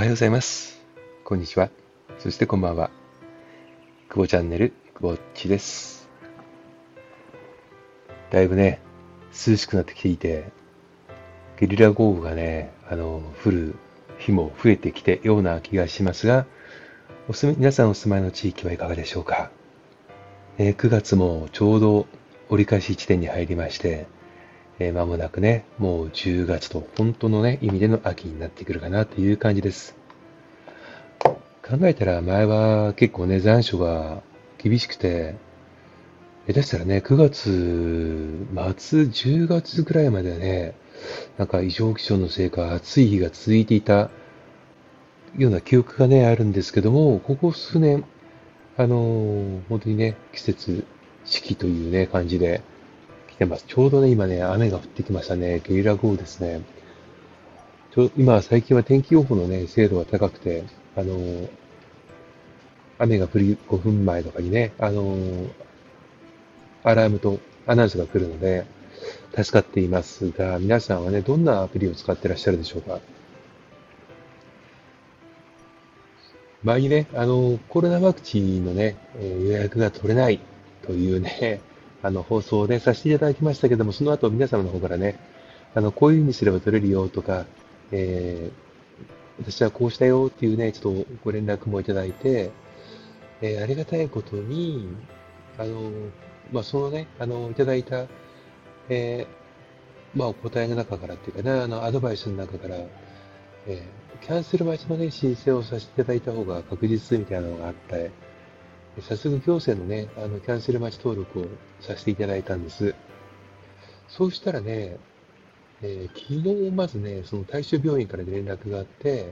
はようございます。こんにちは。そしてこんばんは。久保チャンネル、久保っちです。だいぶね、涼しくなってきていて、ゲリラ豪雨がね、降る日も増えてきてような気がしますが、皆さんお住まいの地域はいかがでしょうか。9月もちょうど折り返し地点に入りまして、間もなくね、もう10月と本当のね、意味での秋になってくるかなという感じです。考えたら前は結構ね、残暑が厳しくて、下手したらね、9月末、10月ぐらいまではね、なんか異常気象のせいか暑い日が続いていたような記憶がね、あるんですけども、ここ数年、本当にね、四季というね、感じで来てます。ちょうどね、今ね、雨が降ってきましたね。ゲリラ豪雨ですね。今、最近は天気予報のね、精度が高くて、あの、雨が降り5分前とかにね、アラームとアナウンスが来るので、助かっていますが、皆さんはね、どんなアプリを使ってらっしゃるでしょうか。前にね、コロナワクチンのね、予約が取れないというね、放送をね、させていただきましたけども、その後皆様の方からね、こういうふうにすれば取れるよとか、私はこうしたよっていうね、ちょっとご連絡もいただいて、ありがたいことに、あの、そのね、いただいた、えお答えの中からっていうかね、アドバイスの中から、キャンセル待ちのね、申請をさせていただいた方が確実みたいなのがあって、早速行政のね、キャンセル待ち登録をさせていただいたんです。そうしたらね、昨日まずね、その大衆病院から連絡があって、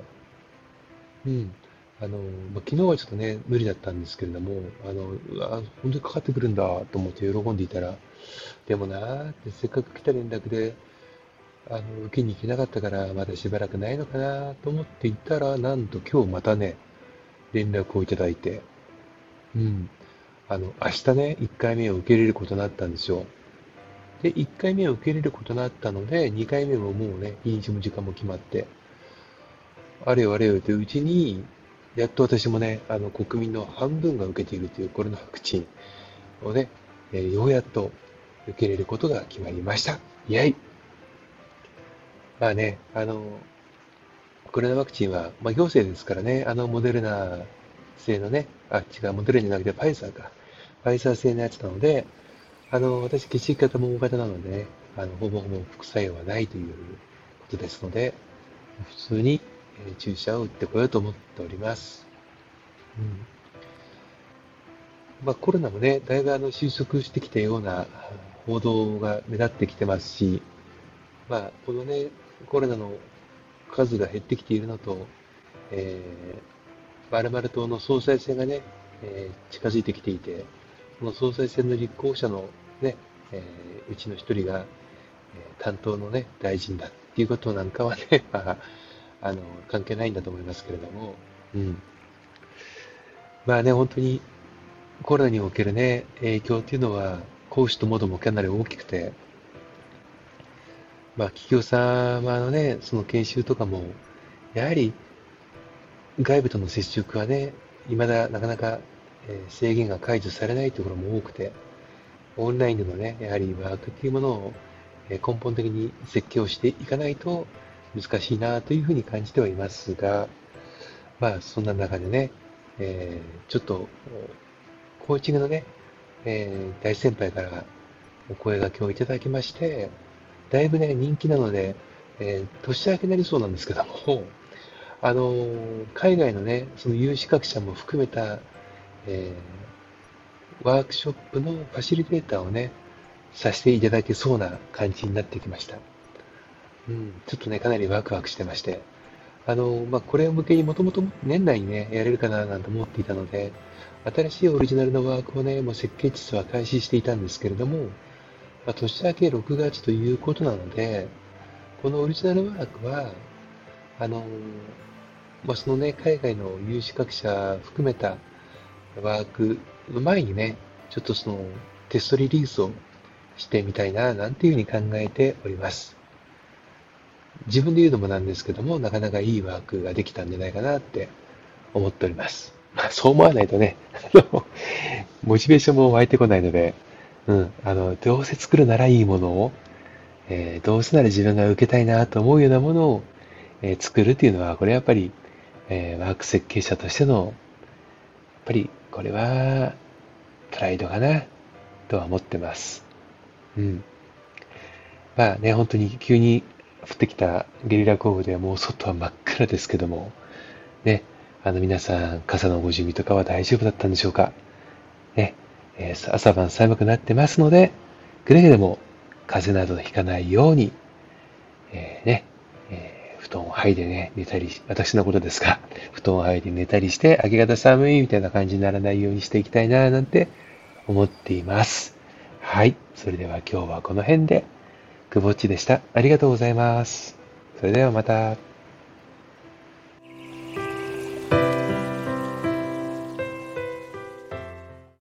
うん、昨日はちょっとね、無理だったんですけれども、本当にかかってくるんだと思って喜んでいたら、でもなーって、せっかく来た連絡で、受けに行けなかったから、まだしばらくないのかなと思っていたら、なんと今日またね、連絡をいただいて、うん、明日ね、1回目を受け入れることになったんですよ。で、1回目を受け入れることになったので、2回目ももうね、日にちも時間も決まって、あれよあれよといううちに、やっと私もね、国民の半分が受けているというコロナワクチンをね、ようやっと受け入れることが決まりました。イェイ。まあね、コロナワクチンは、行政ですからね、モデルナ製のね、違う、モデルナじゃなくてファイザーか。ファイザー製のやつなので、私、血液型も O 型なのでね、ほぼほぼ副作用はないということですので、普通に注射を打ってこようと思っております。うん。コロナもね、だいぶ収束してきたような報道が目立ってきてますし、このね、コロナの数が減ってきているのと、え〇〇党の総裁選がね、近づいてきていて、この総裁選の立候補者のね、うちの一人が、担当のね、大臣だっていうことなんかはね、あの、関係ないんだと思いますけれども、うん。まあね、本当にコロナにおけるね、影響っていうのは、公私ともどもかなり大きくて、企業様のね、その研修とかも、やはり外部との接触はね、未だなかなか制限が解除されないところも多くて、オンラインでのね、やはりワークっていうものを根本的に設計をしていかないと難しいなというふうに感じてはいますが、そんな中でね、ちょっとコーチングのね、大先輩からお声掛けをいただきまして、だいぶね、人気なので、年明けになりそうなんですけども、海外のね、その有資格者も含めた、えワークショップのファシリテーターをね、させていただけそうな感じになってきました。うん、ちょっとね、かなりワクワクしてまして、これを向けにもともと年内にね、やれるかななんて思っていたので、新しいオリジナルのワークをね、もう設計実は開始していたんですけれども、年明け6月ということなので、このオリジナルワークは、あの、そのね、海外の有資格者含めたワークの前にね、ちょっとそのテストリリースをしてみたいな、なんていうふうに考えております。 自分で言うのもなんですけども、なかなかいいワークができたんじゃないかなって思っております。まあ、そう思わないとね、モチベーションも湧いてこないので、どうせ作るならいいものを、どうせなら自分が受けたいなと思うようなものを、作るっていうのは、これやっぱり、ワーク設計者としての、やっぱり、これは、プライドかな、とは思ってます。うん。まあね、本当に急に降ってきたゲリラ豪雨でもう外は真っ暗ですけども、ね、皆さん、傘のご準備とかは大丈夫だったんでしょうかね、朝晩寒くなってますので、くれぐれも風邪などひかないように、ね、布団を剥いでね、寝たり私のことですが、布団を剥いで寝たりして、明け方寒いみたいな感じにならないようにしていきたいな、なんて思っています。はい。それでは今日はこの辺で、くぼっちでした。ありがとうございます。それではまた。